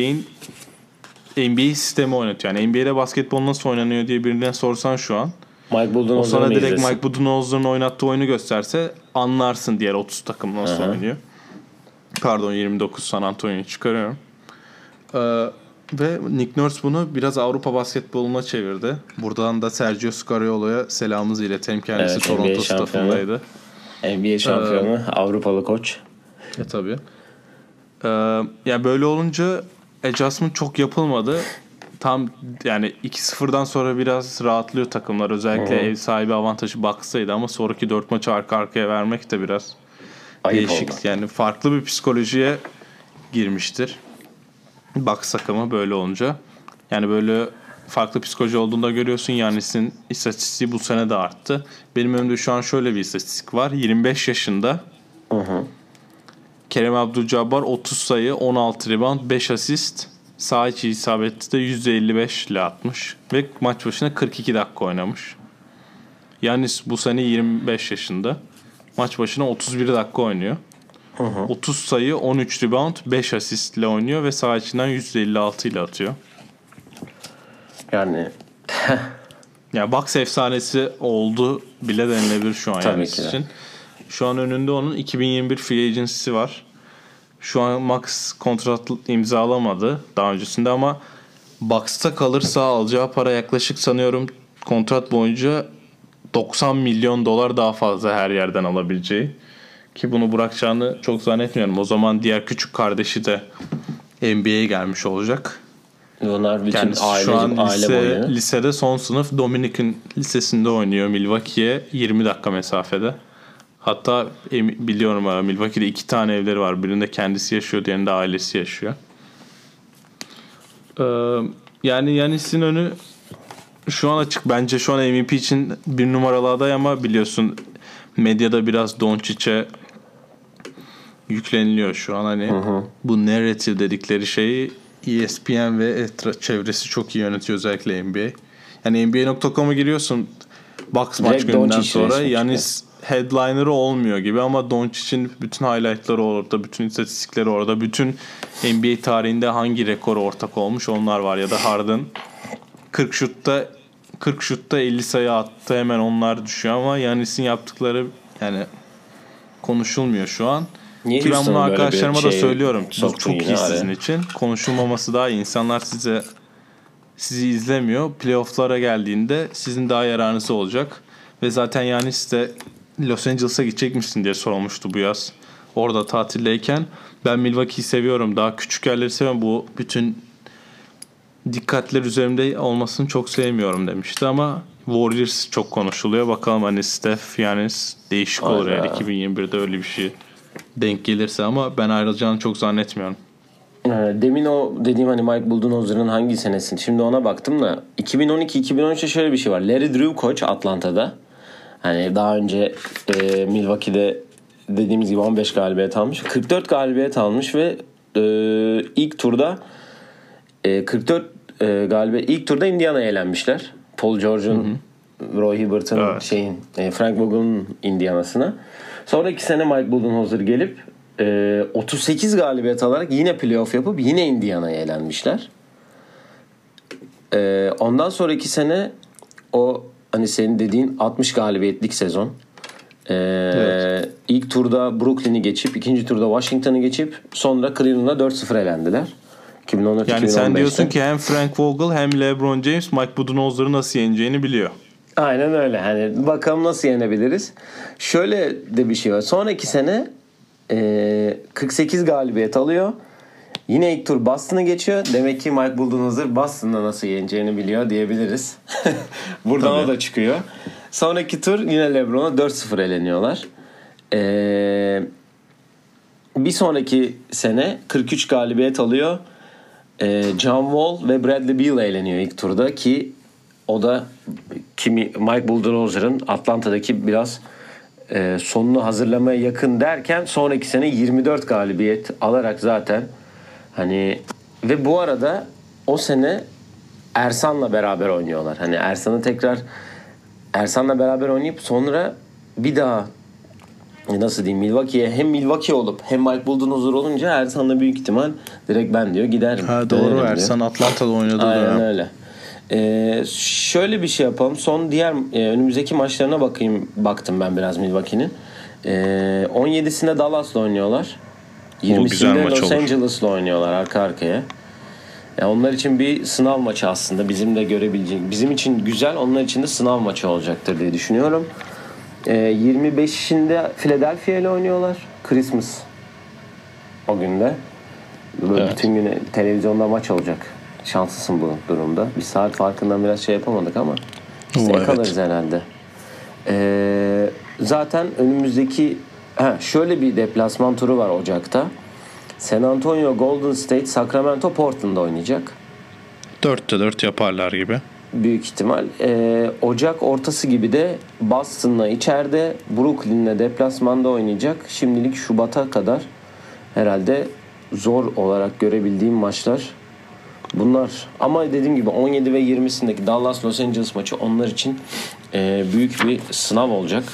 [SPEAKER 1] NBA sistemi oynatıyor. Yani NBA'de basketbol nasıl oynanıyor diye birine sorsan şu an. O sana direkt Mike Budenholzer'ın oynattığı oyunu gösterse anlarsın diğer 30 takım nasıl oynuyor. Pardon 29 San Antonio'yu çıkarıyorum. Ve Nick Nurse bunu biraz Avrupa basketboluna çevirdi. Buradan da Sergio Scariolo'ya selamımızı iletelim. Kendisi Toronto staffındaydı.
[SPEAKER 2] NBA şampiyonu, Avrupalı koç.
[SPEAKER 1] Tabii. Yani böyle olunca adjustment çok yapılmadı. Tam yani 2-0'dan sonra biraz rahatlıyor takımlar. Özellikle ev sahibi avantajı Bucks'taydı ama sonraki 4 maçı arka arkaya vermek de biraz ayıp değişik. Oldu. Yani farklı bir psikolojiye girmiştir Bucks takımı böyle olunca. Yani böyle farklı psikoloji olduğunda görüyorsun. Giannis'in istatistiği bu sene de arttı. Benim önümde şu an şöyle bir istatistik var. 25 yaşında. Kerem Abdul-Jabbar 30 sayı, 16 rebound, 5 asist. Sağ içi isabeti de %55 ile atmış. Ve maç başına 42 dakika oynamış. Giannis bu sene 25 yaşında. Maç başına 31 dakika oynuyor. 30 sayı, 13 rebound, 5 asist ile oynuyor ve sağ içinden %56 ile atıyor.
[SPEAKER 2] Yani
[SPEAKER 1] Bucks efsanesi oldu bile denilebilir şu an Giannis için. Şu an önünde onun 2021 free agency'si var. Şu an Max kontrat imzalamadı daha öncesinde ama Bucks'ta kalırsa alacağı para yaklaşık sanıyorum kontrat boyunca 90 milyon dolar daha fazla her yerden alabileceği. Ki bunu bırakacağını çok zannetmiyorum. O zaman diğer küçük kardeşi de NBA'ye gelmiş olacak.
[SPEAKER 2] Onlar bütün
[SPEAKER 1] şu an lisede son sınıf Dominican Lisesi'nde oynuyor Milwaukee'ye 20 dakika mesafede. Hatta biliyorum Milwaukee'de 2 tane evleri var. Birinde kendisi yaşıyor, diğerinde ailesi yaşıyor. Yani Giannis'in önü şu an açık. Bence şu an MVP için bir numaralı aday ama biliyorsun medyada biraz Doncic'e yükleniliyor şu an. Hani bu narrative dedikleri şeyi ESPN ve çevresi çok iyi yönetiyor özellikle NBA. Yani NBA.com'a giriyorsun Bucks maç gününden sonra Giannis headliner'ı olmuyor gibi ama Doncic'in bütün highlight'ları orada, bütün istatistikleri orada, bütün NBA tarihinde hangi rekor ortak olmuş onlar var ya da Harden 40 şutta 50 sayı attı hemen onlar düşüyor ama Giannis'in yaptıkları yani konuşulmuyor şu an.
[SPEAKER 2] Niye
[SPEAKER 1] ki ben bunu arkadaşlarıma da söylüyorum. Bu çok iyi sizin için. Konuşulmaması daha iyi. İnsanlar sizi izlemiyor. Playoff'lara geldiğinde sizin daha yararınız olacak. Ve zaten Giannis de Los Angeles'a gidecekmişsin diye sorulmuştu bu yaz. Orada tatildeyken. Ben Milwaukee'yi seviyorum. Daha küçük yerleri seviyorum. Bu bütün dikkatler üzerimde olmasını çok sevmiyorum demişti ama Warriors çok konuşuluyor. Bakalım hani Steph Giannis değişik olur eğer 2021'de öyle bir şey denk gelirse ama ben ayrılacağını çok zannetmiyorum.
[SPEAKER 2] Demin o dediğim hani Mike Budenholzer'ın hangi senesini şimdi ona baktım da 2012-2013'te şöyle bir şey var. Larry Drew koç Atlanta'da. Hani daha önce Milwaukee'de dediğimiz gibi 15 galibiyet almış. 44 galibiyet almış ve ilk turda 44 galibiyet ilk turda Indiana'ya elenmişler. Paul George'un, Roy Hibbert'ın Frank Vogel'ın Indiana'sına. Sonraki sene Mike Budenholzer gelip 38 galibiyet alarak yine playoff yapıp yine Indiana'ya elenmişler. Ondan sonraki sene o hani senin dediğin 60 galibiyetlik sezon. Evet. İlk turda Brooklyn'i geçip ikinci turda Washington'ı geçip sonra Cleveland'a 4-0 elendiler. 2014-2015'te.
[SPEAKER 1] Yani sen diyorsun ki hem Frank Vogel hem LeBron James Mike Budenholzer'ı nasıl yeneceğini biliyor.
[SPEAKER 2] Aynen öyle. Hani bakalım nasıl yenebiliriz. Şöyle de bir şey var. Sonraki sene 48 galibiyet alıyor. Yine ilk tur Boston'ı geçiyor. Demek ki Mike Budenholzer Boston'da nasıl yeneceğini biliyor diyebiliriz. Buradan
[SPEAKER 1] Tabii.
[SPEAKER 2] o da çıkıyor. Sonraki tur yine LeBron'a 4-0 eleniyorlar. Bir sonraki sene 43 galibiyet alıyor. John Wall ve Bradley Beal eğleniyor ilk turda ki o da Mike Budenholzer'ın Atlanta'daki biraz sonunu hazırlamaya yakın derken sonraki sene 24 galibiyet alarak zaten hani ve bu arada o sene Ersan'la beraber oynuyorlar. Hani Ersan'la beraber oynayıp sonra bir daha nasıl diyeyim Milwaukee'ye hem Milwaukee olup hem Mike Budenholzer olunca Ersan'la büyük ihtimal direkt ben diyor giderim.
[SPEAKER 1] Ha, doğru, Ersan Atlanta'da oynadığı
[SPEAKER 2] Aynen
[SPEAKER 1] dönem.
[SPEAKER 2] öyle. Şöyle bir şey yapalım. Son diğer önümüzdeki maçlarına baktım ben biraz Milwaukee'nin. 17'sinde Dallas'la oynuyorlar.
[SPEAKER 1] güzel
[SPEAKER 2] 20'sinde
[SPEAKER 1] maç
[SPEAKER 2] Los
[SPEAKER 1] olur.
[SPEAKER 2] Angeles'la oynuyorlar arka arkaya. Yani onlar için bir sınav maçı aslında. Bizim de görebileceğimiz. Bizim için güzel, onlar için de sınav maçı olacaktır diye düşünüyorum. 25'inde Philadelphia ile oynuyorlar. Christmas o günde. Böyle
[SPEAKER 1] Evet.
[SPEAKER 2] bütün gün televizyonda maç olacak. Şanslısın bu durumda. Bir saat farkından biraz şey yapamadık ama zevk
[SPEAKER 1] Evet.
[SPEAKER 2] alırız herhalde. Zaten önümüzdeki şöyle bir deplasman turu var Ocak'ta. San Antonio, Golden State, Sacramento, Portland'da oynayacak.
[SPEAKER 1] 4'te 4 yaparlar gibi.
[SPEAKER 2] Büyük ihtimal. Ocak ortası gibi de Boston'la içeride, Brooklyn'le deplasmanda oynayacak. Şimdilik Şubat'a kadar herhalde zor olarak görebildiğim maçlar bunlar. Ama dediğim gibi 17 ve 20'sindeki Dallas Los Angeles maçı onlar için büyük bir sınav olacak.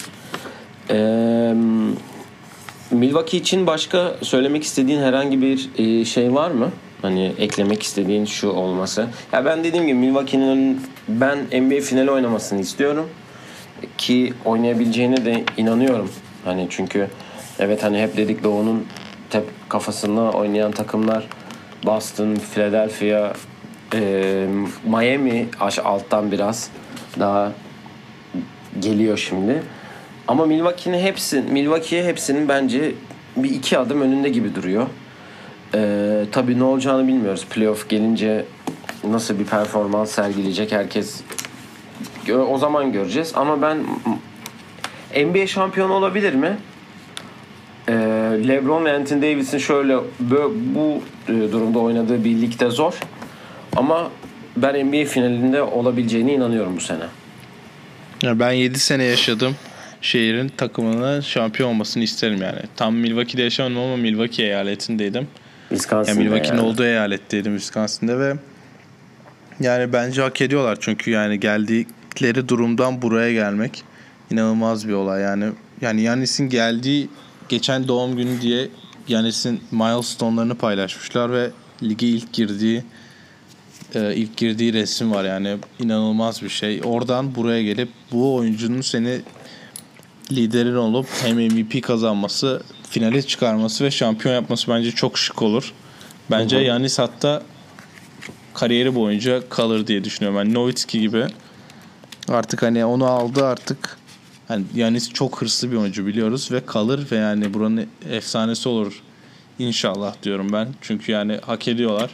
[SPEAKER 2] Milwaukee için başka söylemek istediğin herhangi bir şey var mı? Hani eklemek istediğin şu olması. Ya ben dediğim gibi Milwaukee'nin ben NBA finali oynamasını istiyorum. Ki oynayabileceğine de inanıyorum. Hani çünkü evet hani hep dedik Doğu'nun kafasında oynayan takımlar Boston, Philadelphia, Miami alttan biraz daha geliyor şimdi. Ama Milwaukee'ye hepsinin bence bir iki adım önünde gibi duruyor. Tabii ne olacağını bilmiyoruz. Playoff gelince nasıl bir performans sergileyecek herkes o zaman göreceğiz. Ama ben NBA şampiyonu olabilir mi? LeBron ve Anthony Davis'in şöyle bu durumda oynadığı bir ligde zor. Ama ben NBA finalinde olabileceğine inanıyorum bu sene.
[SPEAKER 1] Ya ben 7 sene yaşadım. Şehrin takımına şampiyon olmasını isterim yani. Tam Milwaukee'de yaşamadım ama Milwaukee eyaletindeydim.
[SPEAKER 2] Wisconsin'da
[SPEAKER 1] Yani Milwaukee'nin
[SPEAKER 2] yani.
[SPEAKER 1] olduğu eyaletteydim Wisconsin'de ve yani bence hak ediyorlar çünkü yani geldikleri durumdan buraya gelmek inanılmaz bir olay yani Giannis'in geldiği geçen doğum günü diye Giannis'in milestone'larını paylaşmışlar ve lige ilk girdiği resim var yani inanılmaz bir şey. Oradan buraya gelip bu oyuncunun seni liderin olup hem MVP kazanması, finale çıkarması ve şampiyon yapması bence çok şık olur. Bence Giannis hatta kariyeri boyunca kalır diye düşünüyorum. Yani Nowitzki gibi artık hani onu aldı artık. Hani Giannis çok hırslı bir oyuncu biliyoruz ve kalır ve yani buranın efsanesi olur inşallah diyorum ben. Çünkü yani hak ediyorlar.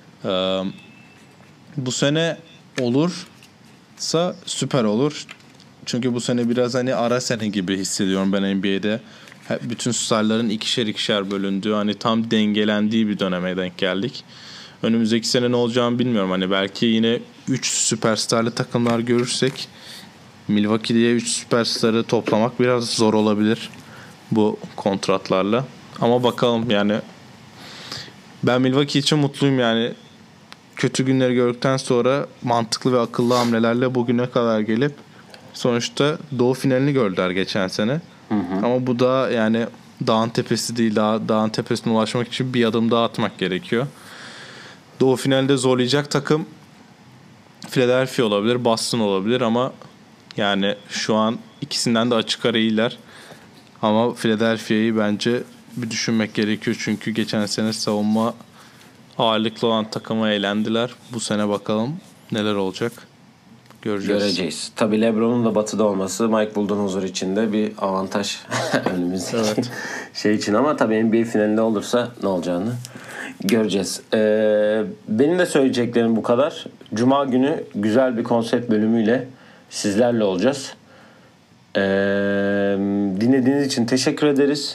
[SPEAKER 1] Bu sene olursa süper olur. Çünkü bu sene biraz hani ara sene gibi hissediyorum ben NBA'de. Bütün starların ikişer bölündüğü hani tam dengelendiği bir döneme denk geldik. Önümüzdeki sene ne olacağını bilmiyorum. Hani belki yine 3 süperstarlı takımlar görürsek Milwaukee'ye 3 süperstarı toplamak biraz zor olabilir bu kontratlarla. Ama bakalım yani ben Milwaukee için mutluyum yani. Kötü günleri gördükten sonra mantıklı ve akıllı hamlelerle bugüne kadar gelip sonuçta Doğu finalini gördüler geçen sene. Ama bu da yani dağın tepesi değil. Dağın tepesine ulaşmak için bir adım daha atmak gerekiyor. Doğu finalde zorlayacak takım Philadelphia olabilir, Boston olabilir ama yani şu an ikisinden de açık ara iyiler. Ama Philadelphia'yı bence bir düşünmek gerekiyor. Çünkü geçen sene savunma ağırlıklı olan takıma eğlendiler. Bu sene bakalım neler olacak.
[SPEAKER 2] Göreceğiz. Tabii LeBron'un da batıda olması Mike Budenholzer için de bir avantaj önümüzdeki şey için ama tabii NBA finalinde olursa ne olacağını Göreceğiz. Benim de söyleyeceklerim bu kadar. Cuma günü güzel bir konsept bölümüyle sizlerle olacağız. Dinlediğiniz için teşekkür ederiz.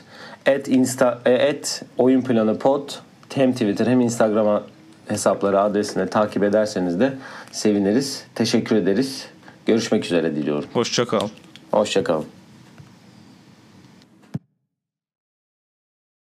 [SPEAKER 2] Oyun planı pod hem Twitter hem Instagram hesapları adresine takip ederseniz de seviniriz. Teşekkür ederiz. Görüşmek üzere diliyorum.
[SPEAKER 1] Hoşça kal.
[SPEAKER 2] Hoşça kalın.